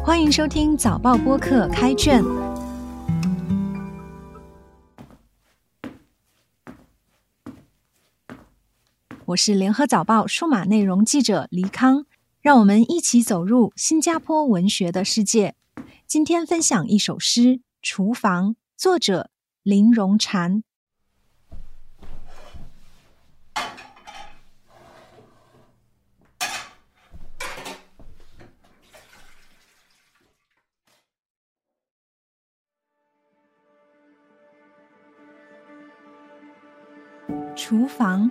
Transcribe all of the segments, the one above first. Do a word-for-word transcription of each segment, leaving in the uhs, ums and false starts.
欢迎收听早报播客开卷。我是联合早报数码内容记者黎康，让我们一起走入新加坡文学的世界。今天分享一首诗《厨房》，作者林荣婵。厨房，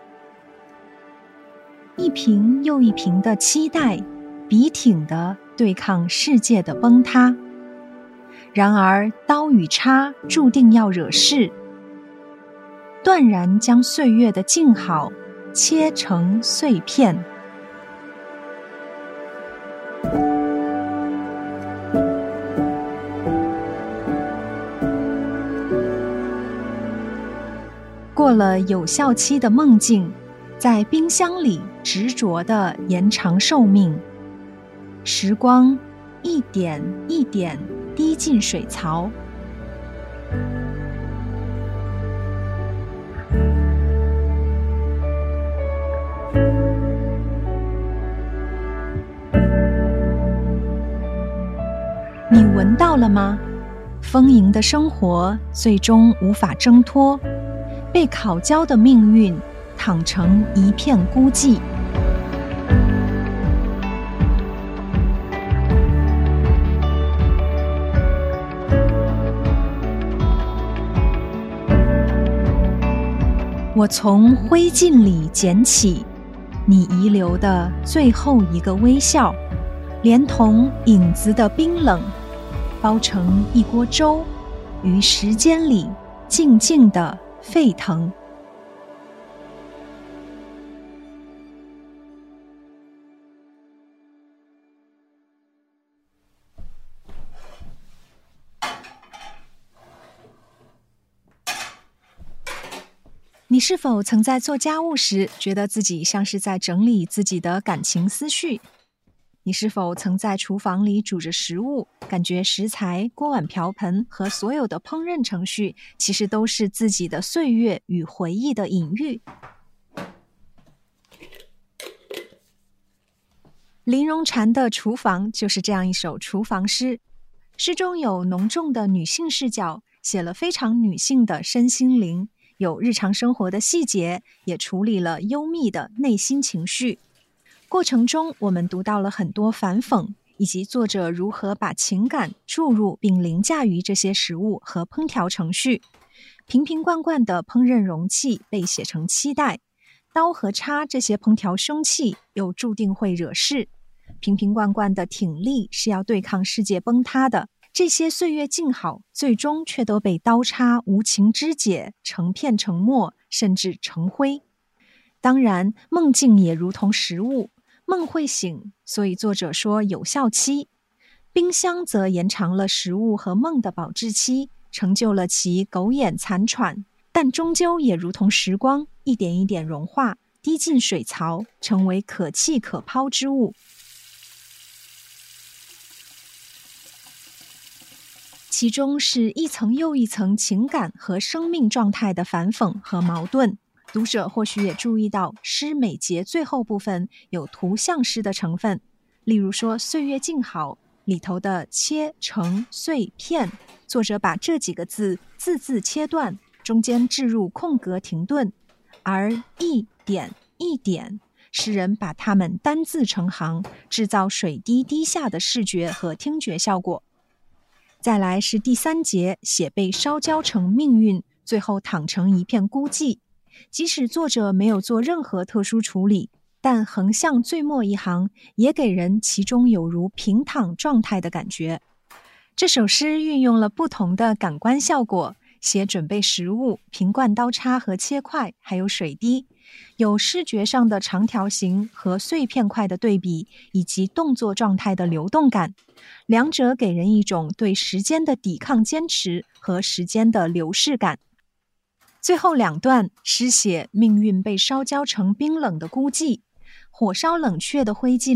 一瓶又一瓶的期待，笔挺地对抗世界的崩塌。然而刀与叉注定要惹事，断然将岁月的静好切成碎片。过了有效期的梦境，在冰箱里执着地延长寿命。时光一点一点滴进水槽，你闻到了吗？丰盈的生活最终无法挣脱，被烤焦的命运躺成一片孤寂。我从灰烬里捡起你遗留的最后一个微笑，连同影子的冰冷，包成一锅粥，于时间里静静地沸腾。你是否曾在做家务时，觉得自己像是在整理自己的感情思绪？你是否曾在厨房里煮着食物，感觉食材、锅碗瓢盆和所有的烹饪程序，其实都是自己的岁月与回忆的隐喻？林荣婵的《厨房》就是这样一首厨房诗，诗中有浓重的女性视角，写了非常女性的身心灵，有日常生活的细节，也处理了幽密的内心情绪。过程中我们读到了很多反讽，以及作者如何把情感注入并凌驾于这些食物和烹调程序。瓶瓶罐罐的烹饪容器被写成期待，刀和叉这些烹调凶器又注定会惹事。瓶瓶罐罐的挺立是要对抗世界崩塌的，这些岁月静好，最终却都被刀叉无情肢解，成片成沫，甚至成灰。当然，梦境也如同食物，梦会醒，所以作者说有效期。冰箱则延长了食物和梦的保质期，成就了其苟延残喘，但终究也如同时光，一点一点融化，滴进水槽，成为可弃可抛之物。其中是一层又一层情感和生命状态的反讽和矛盾。读者或许也注意到，诗每节最后部分有图像诗的成分，例如说岁月静好里头的切成碎片，作者把这几个字字字切断，中间置入空格停顿，而一点一点，诗人把它们单字成行，制造水滴滴下的视觉和听觉效果。再来是第三节，写被烧焦成命运，最后躺成一片孤寂。即使作者没有做任何特殊处理，但横向最末一行也给人其中有如平躺状态的感觉。这首诗运用了不同的感官效果，写准备食物、瓶罐、刀叉和切块，还有水滴，有视觉上的长条形和碎片块的对比，以及动作状态的流动感。两者给人一种对时间的抵抗坚持和时间的流逝感。最后两段诗写命运被烧焦成冰冷的孤寂，火烧冷却的灰烬里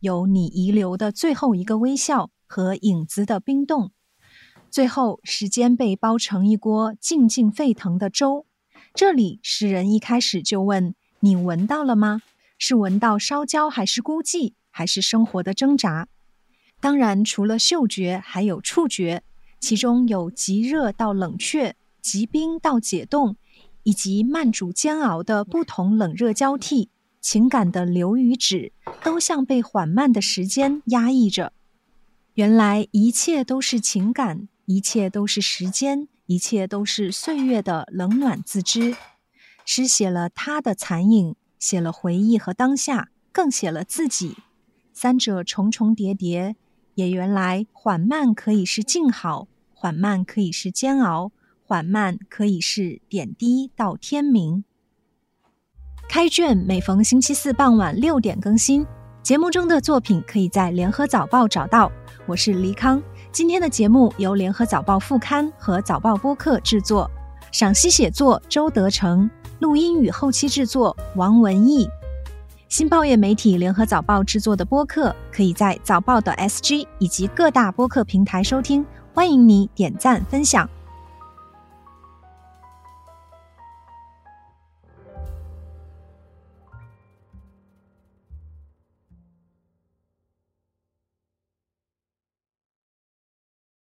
有你遗留的最后一个微笑和影子的冰冻。最后，时间被煲成一锅静静沸腾的粥。这里，诗人一开始就问：你闻到了吗？是闻到烧焦还是孤寂，还是生活的挣扎？当然，除了嗅觉，还有触觉，其中有极热到冷却、极冰到解冻，以及慢煮煎熬的不同冷热交替。情感的流与止，都像被缓慢的时间压抑着。原来一切都是情感，一切都是时间，一切都是岁月的冷暖自知。诗写了他的残影，写了回忆和当下，更写了自己。三者重重叠叠，也原来缓慢可以是静好，缓慢可以是煎熬，缓慢可以是点滴到天明。开卷每逢星期四傍晚六点更新，节目中的作品可以在联合早报找到。我是黎康，今天的节目由联合早报副刊和早报播客制作，赏析写作周德成，录音与后期制作王文义。新报业媒体联合早报制作的播客，可以在早报的 S G 以及各大播客平台收听，欢迎你点赞分享。